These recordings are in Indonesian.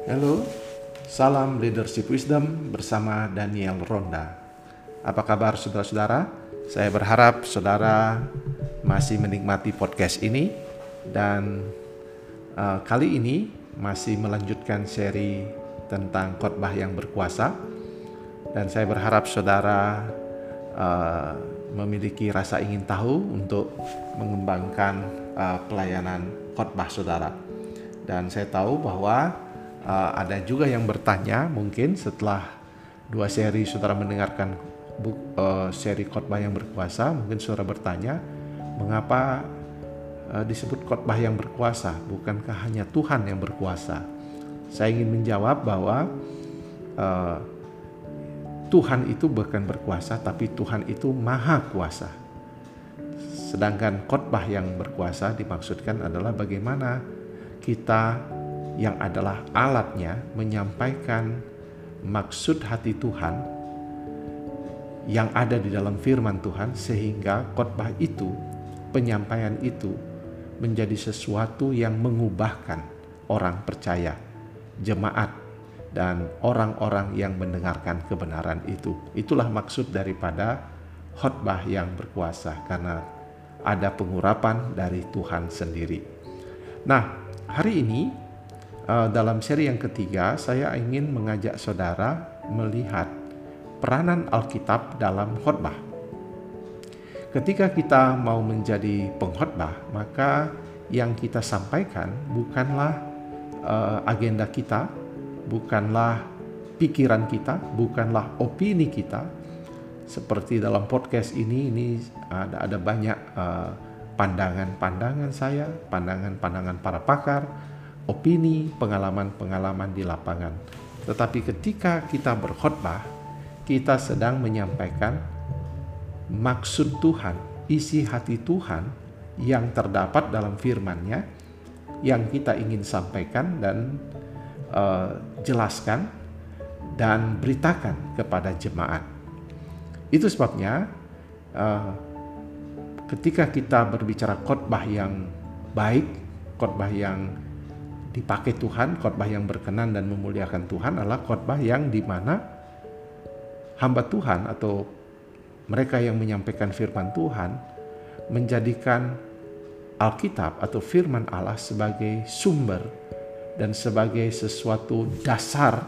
Halo, salam leadership wisdom bersama Daniel Ronda. Apa kabar saudara-saudara? Saya berharap saudara masih menikmati podcast ini dan kali ini masih melanjutkan seri tentang khotbah yang berkuasa. Dan saya berharap saudara memiliki rasa ingin tahu untuk mengembangkan pelayanan khotbah saudara. Dan saya tahu bahwa ada juga yang bertanya, mungkin setelah 2 seri saudara mendengarkan seri khotbah yang berkuasa, mungkin saudara bertanya, mengapa disebut khotbah yang berkuasa? Bukankah hanya Tuhan yang berkuasa? Saya ingin menjawab bahwa Tuhan itu bukan berkuasa, tapi Tuhan itu maha kuasa. Sedangkan khotbah yang berkuasa dimaksudkan adalah bagaimana kita yang adalah alatnya menyampaikan maksud hati Tuhan yang ada di dalam firman Tuhan, sehingga khotbah itu, penyampaian itu menjadi sesuatu yang mengubahkan orang percaya, jemaat, dan orang-orang yang mendengarkan kebenaran itu. Itulah maksud daripada khotbah yang berkuasa, karena ada pengurapan dari Tuhan sendiri. Nah, hari ini dalam seri yang ketiga, saya ingin mengajak saudara melihat peranan Alkitab dalam khotbah. Ketika kita mau menjadi pengkhotbah, maka yang kita sampaikan bukanlah agenda kita, bukanlah pikiran kita, bukanlah opini kita. Seperti dalam podcast ini ada banyak pandangan-pandangan saya, pandangan-pandangan para pakar, opini, pengalaman-pengalaman di lapangan. Tetapi ketika kita berkhotbah, kita sedang menyampaikan maksud Tuhan, isi hati Tuhan yang terdapat dalam firman-Nya, yang kita ingin sampaikan dan jelaskan dan beritakan kepada jemaat. Itu sebabnya ketika kita berbicara khotbah yang baik, khotbah yang dipakai Tuhan, khotbah yang berkenan dan memuliakan Tuhan adalah khotbah yang dimana hamba Tuhan atau mereka yang menyampaikan firman Tuhan menjadikan Alkitab atau firman Allah sebagai sumber dan sebagai suatu dasar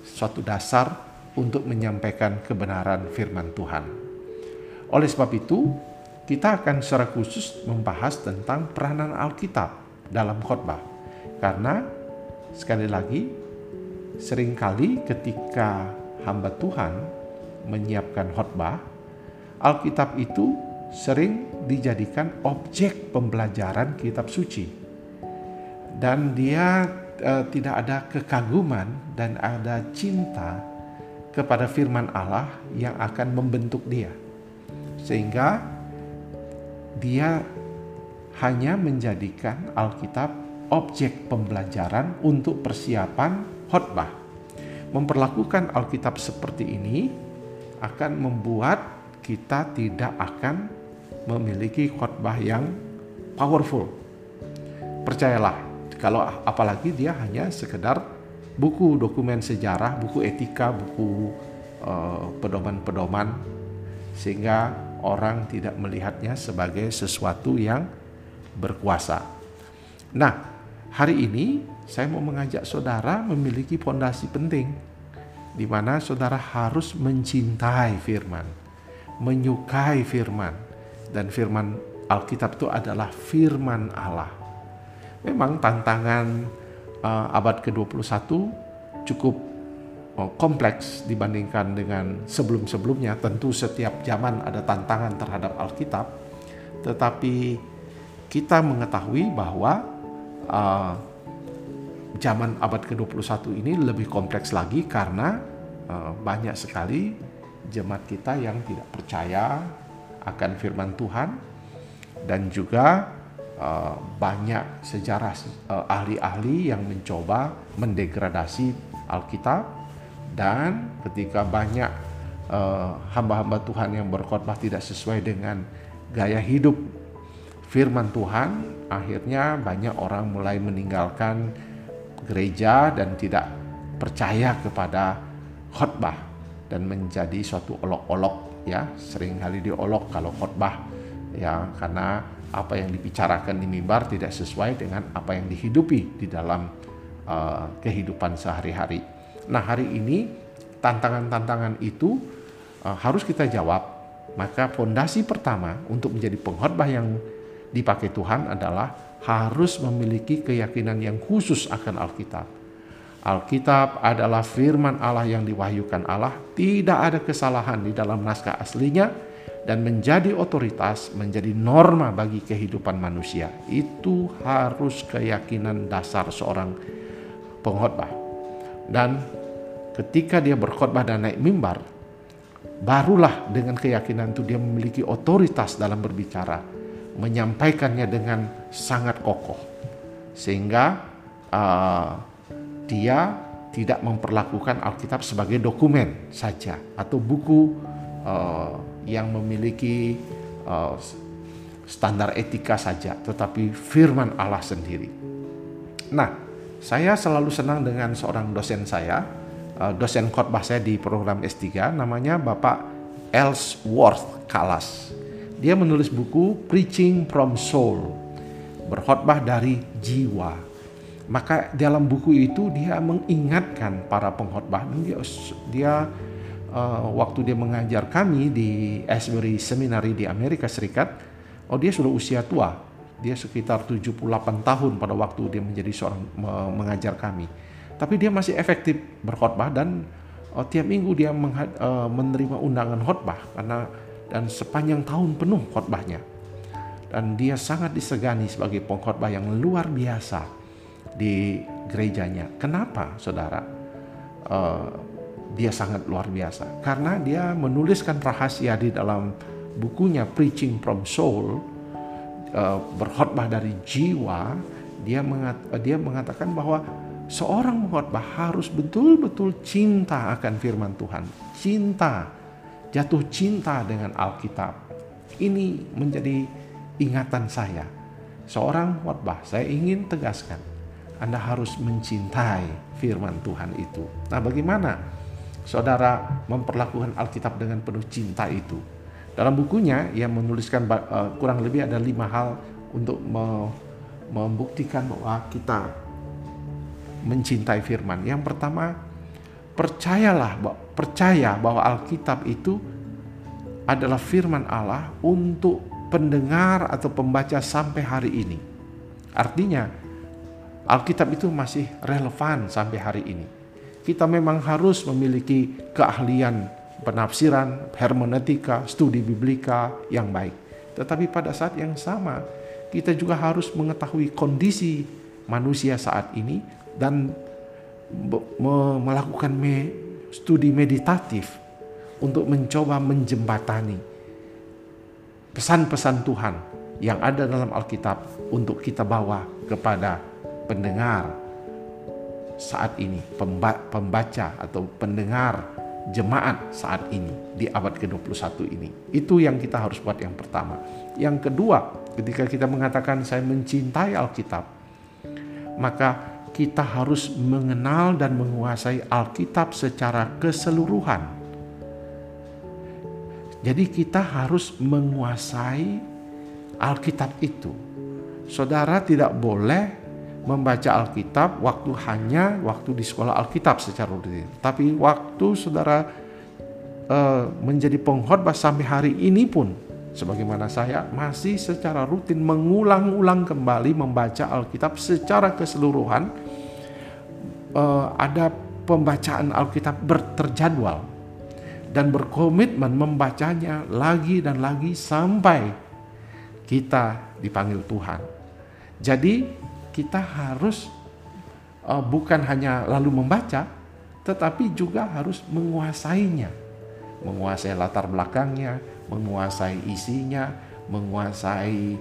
untuk menyampaikan kebenaran firman Tuhan. Oleh sebab itu, kita akan secara khusus membahas tentang peranan Alkitab dalam khotbah. Karena sekali lagi, seringkali ketika hamba Tuhan menyiapkan khotbah, Alkitab itu sering dijadikan objek pembelajaran kitab suci. Dan dia tidak ada kekaguman dan ada cinta kepada firman Allah yang akan membentuk dia. Sehingga dia hanya menjadikan Alkitab objek pembelajaran untuk persiapan khotbah. Memperlakukan Alkitab seperti ini akan membuat kita tidak akan memiliki khotbah yang powerful. Percayalah, kalau apalagi dia hanya sekedar buku dokumen sejarah, buku etika, buku pedoman-pedoman, sehingga orang tidak melihatnya sebagai sesuatu yang berkuasa. Nah, hari ini saya mau mengajak saudara memiliki fondasi penting, di mana saudara harus mencintai firman, menyukai firman, dan firman Alkitab itu adalah firman Allah. Memang tantangan abad ke-21 cukup kompleks dibandingkan dengan sebelum-sebelumnya. Tentu setiap zaman ada tantangan terhadap Alkitab, tetapi kita mengetahui bahwa zaman abad ke-21 ini lebih kompleks lagi karena banyak sekali jemaat kita yang tidak percaya akan firman Tuhan, dan juga banyak sejarah ahli-ahli yang mencoba mendegradasi Alkitab. Dan ketika banyak hamba-hamba Tuhan yang berkhotbah tidak sesuai dengan gaya hidup firman Tuhan, akhirnya banyak orang mulai meninggalkan gereja dan tidak percaya kepada khotbah dan menjadi suatu olok-olok, ya, seringkali diolok kalau khotbah, ya, karena apa yang dibicarakan di mimbar tidak sesuai dengan apa yang dihidupi di dalam kehidupan sehari-hari. Nah, hari ini tantangan-tantangan itu harus kita jawab. Maka fondasi pertama untuk menjadi pengkhotbah yang dipakai Tuhan adalah harus memiliki keyakinan yang khusus akan Alkitab. Alkitab adalah firman Allah yang diwahyukan Allah, tidak ada kesalahan di dalam naskah aslinya, dan menjadi otoritas, menjadi norma bagi kehidupan manusia. Itu harus keyakinan dasar seorang pengkhotbah. Dan ketika dia berkhotbah dan naik mimbar, barulah dengan keyakinan itu dia memiliki otoritas dalam berbicara, menyampaikannya dengan sangat kokoh, sehingga dia tidak memperlakukan Alkitab sebagai dokumen saja atau buku yang memiliki standar etika saja, tetapi firman Allah sendiri. Nah, saya selalu senang dengan seorang dosen saya, dosen khotbah saya di program S3, namanya Bapak Ellsworth Kalas. Dia menulis buku Preaching from Soul, berkhotbah dari jiwa. Maka dalam buku itu dia mengingatkan para pengkhotbah. Dia waktu dia mengajar kami di Asbury Seminary di Amerika Serikat, dia sudah usia tua. Dia sekitar 78 tahun pada waktu dia menjadi seorang mengajar kami. Tapi dia masih efektif berkhotbah dan tiap minggu dia menerima undangan khotbah dan sepanjang tahun penuh khotbahnya. Dan dia sangat disegani sebagai pengkhotbah yang luar biasa di gerejanya. Kenapa, saudara? Dia sangat luar biasa karena dia menuliskan rahasia di dalam bukunya Preaching from Soul, berkhotbah dari jiwa. Dia mengatakan bahwa seorang pengkhotbah harus betul-betul cinta akan firman Tuhan, jatuh cinta dengan Alkitab. Ini menjadi ingatan saya. Seorang khotbah, saya ingin tegaskan, Anda harus mencintai firman Tuhan itu. Nah, bagaimana saudara memperlakukan Alkitab dengan penuh cinta itu? Dalam bukunya ia menuliskan kurang lebih ada 5 hal untuk membuktikan bahwa kita mencintai firman. Yang pertama, percaya bahwa Alkitab itu adalah firman Allah untuk pendengar atau pembaca sampai hari ini. Artinya Alkitab itu masih relevan sampai hari ini. Kita memang harus memiliki keahlian penafsiran, hermeneutika, studi biblika yang baik. Tetapi pada saat yang sama, kita juga harus mengetahui kondisi manusia saat ini dan melakukan studi meditatif untuk mencoba menjembatani pesan-pesan Tuhan yang ada dalam Alkitab untuk kita bawa kepada pendengar saat ini, pembaca atau pendengar jemaat saat ini di abad ke-21 ini. Itu yang kita harus buat yang pertama. Yang kedua, ketika kita mengatakan saya mencintai Alkitab, maka kita harus mengenal dan menguasai Alkitab secara keseluruhan. Jadi kita harus menguasai Alkitab itu. Saudara tidak boleh membaca Alkitab waktu di sekolah Alkitab secara rutin. Tapi waktu saudara menjadi pengkhotbah sampai hari ini pun, sebagaimana saya masih secara rutin mengulang-ulang kembali membaca Alkitab secara keseluruhan. Ada pembacaan Alkitab terjadwal dan berkomitmen membacanya lagi dan lagi sampai kita dipanggil Tuhan. Jadi kita harus bukan hanya lalu membaca, tetapi juga harus menguasainya. Menguasai latar belakangnya, menguasai isinya, menguasai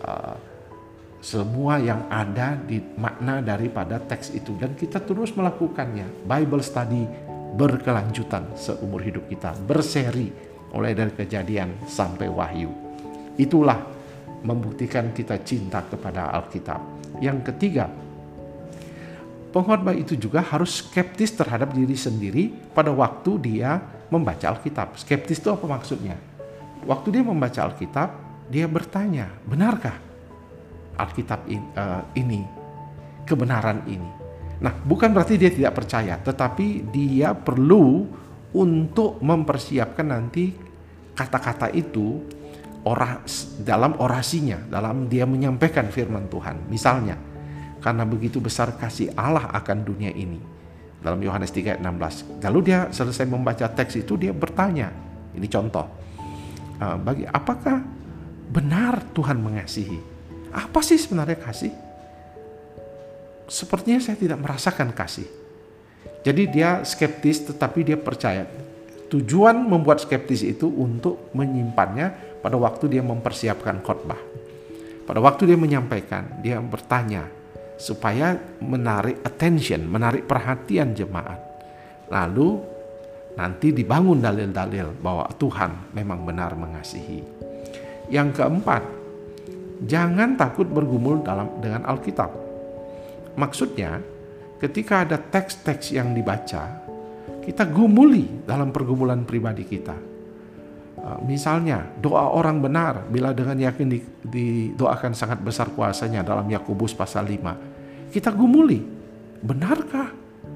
semua yang ada di makna daripada teks itu. Dan kita terus melakukannya. Bible study berkelanjutan seumur hidup kita, berseri mulai dari Kejadian sampai Wahyu. Itulah membuktikan kita cinta kepada Alkitab. Yang ketiga, Pengkhotbah itu juga harus skeptis terhadap diri sendiri pada waktu dia membaca Alkitab. Skeptis itu apa maksudnya? Waktu dia membaca Alkitab, dia bertanya, benarkah Alkitab ini, kebenaran ini? Nah, bukan berarti dia tidak percaya, tetapi dia perlu untuk mempersiapkan nanti kata-kata itu dalam orasinya, dalam dia menyampaikan firman Tuhan. Misalnya, karena begitu besar kasih Allah akan dunia ini, dalam Yohanes 3 ayat 16. Lalu dia selesai membaca teks itu, dia bertanya, ini contoh, apakah benar Tuhan mengasihi? Apa sih sebenarnya kasih? Sepertinya saya tidak merasakan kasih. Jadi dia skeptis, tetapi dia percaya. Tujuan membuat skeptis itu untuk menyimpannya pada waktu dia mempersiapkan khotbah. Pada waktu dia menyampaikan, dia bertanya supaya menarik attention, menarik perhatian jemaat. Lalu nanti dibangun dalil-dalil bahwa Tuhan memang benar mengasihi. Yang keempat, jangan takut bergumul dengan Alkitab. Maksudnya, ketika ada teks-teks yang dibaca, kita gumuli dalam pergumulan pribadi kita. Misalnya, doa orang benar bila dengan yakin didoakan sangat besar kuasanya dalam Yakobus pasal 5. Kita gumuli, benarkah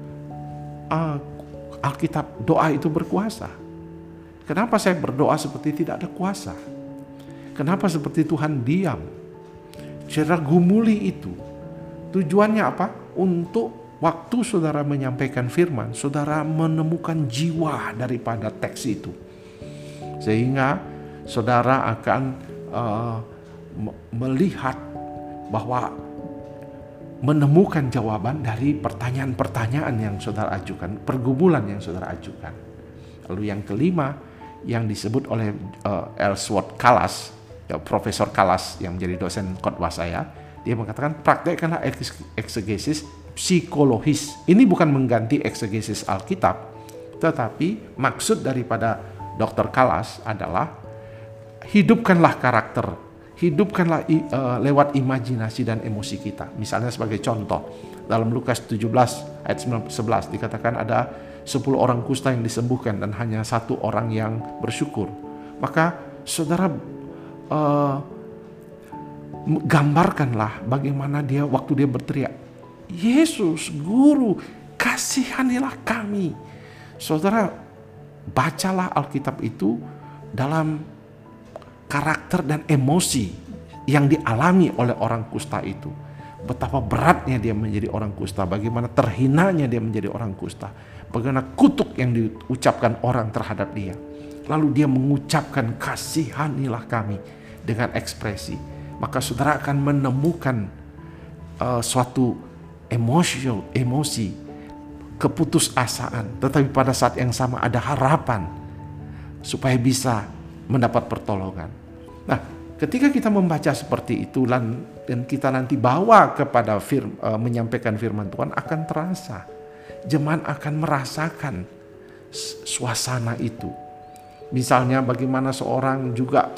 Alkitab doa itu berkuasa? Kenapa saya berdoa seperti tidak ada kuasa? Kenapa seperti Tuhan diam? Cara gumuli itu, tujuannya apa? Untuk waktu saudara menyampaikan firman, saudara menemukan jiwa daripada teks itu. Sehingga saudara akan melihat bahwa menemukan jawaban dari pertanyaan-pertanyaan yang saudara ajukan, pergumulan yang saudara ajukan. Lalu yang kelima, yang disebut oleh Ellsworth Kalas, Profesor Kalas yang menjadi dosen khotbah saya, dia mengatakan praktekkanlah eksegesis psikologis. Ini bukan mengganti eksegesis Alkitab, tetapi maksud daripada Dr. Kalas adalah hidupkanlah karakter, hidupkanlah lewat imajinasi dan emosi kita. Misalnya sebagai contoh, dalam Lukas 17 ayat 11 dikatakan ada 10 orang kusta yang disembuhkan dan hanya 1 orang yang bersyukur. Maka saudara gambarkanlah bagaimana dia waktu dia berteriak, Yesus, Guru, kasihanilah kami. Saudara, bacalah Alkitab itu dalam karakter dan emosi yang dialami oleh orang kusta itu. Betapa beratnya dia menjadi orang kusta, bagaimana terhinanya dia menjadi orang kusta, bagaimana kutuk yang diucapkan orang terhadap dia. Lalu dia mengucapkan kasihanilah kami dengan ekspresi. Maka saudara akan menemukan suatu emosi, keputusasaan, tetapi pada saat yang sama ada harapan supaya bisa mendapat pertolongan. Nah, ketika kita membaca seperti itu dan kita nanti bawa kepada menyampaikan firman Tuhan, akan terasa, jemaat akan merasakan suasana itu. Misalnya bagaimana seorang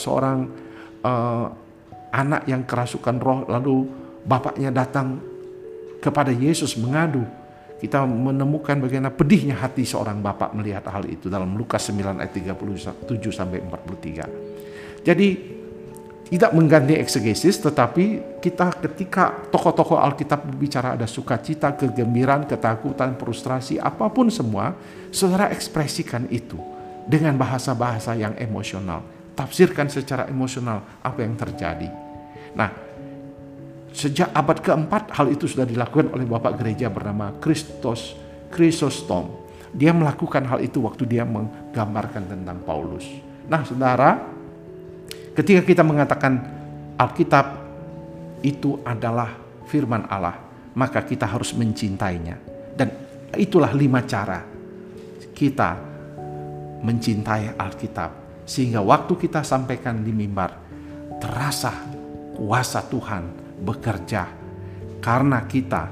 anak yang kerasukan roh, lalu bapaknya datang kepada Yesus mengadu. Kita menemukan bagaimana pedihnya hati seorang bapak melihat hal itu dalam Lukas 9 ayat 37 sampai 43. Jadi tidak mengganti eksegesis, tetapi ketika tokoh-tokoh Alkitab berbicara ada sukacita, kegembiraan, ketakutan, frustrasi, apapun semua, saudara ekspresikan itu dengan bahasa-bahasa yang emosional. Tafsirkan secara emosional apa yang terjadi. Nah, sejak abad keempat hal itu sudah dilakukan oleh Bapak Gereja bernama Chrysostom. Dia melakukan hal itu waktu dia menggambarkan tentang Paulus. Nah, saudara, ketika kita mengatakan Alkitab itu adalah firman Allah, maka kita harus mencintainya. Dan itulah 5 cara kita mencintai Alkitab, sehingga waktu kita sampaikan di mimbar terasa kuasa Tuhan bekerja karena kita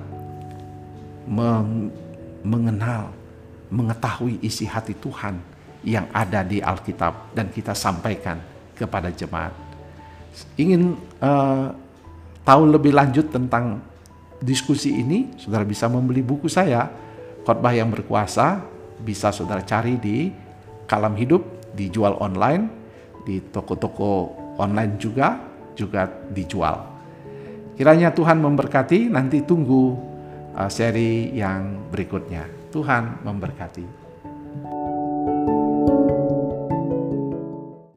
mengetahui isi hati Tuhan yang ada di Alkitab dan kita sampaikan kepada jemaat. Ingin tahu lebih lanjut tentang diskusi ini, saudara bisa membeli buku saya, Khotbah yang Berkuasa. Bisa saudara cari di Kalam Hidup, dijual online, di toko-toko online juga dijual. Kiranya Tuhan memberkati, nanti tunggu seri yang berikutnya. Tuhan memberkati.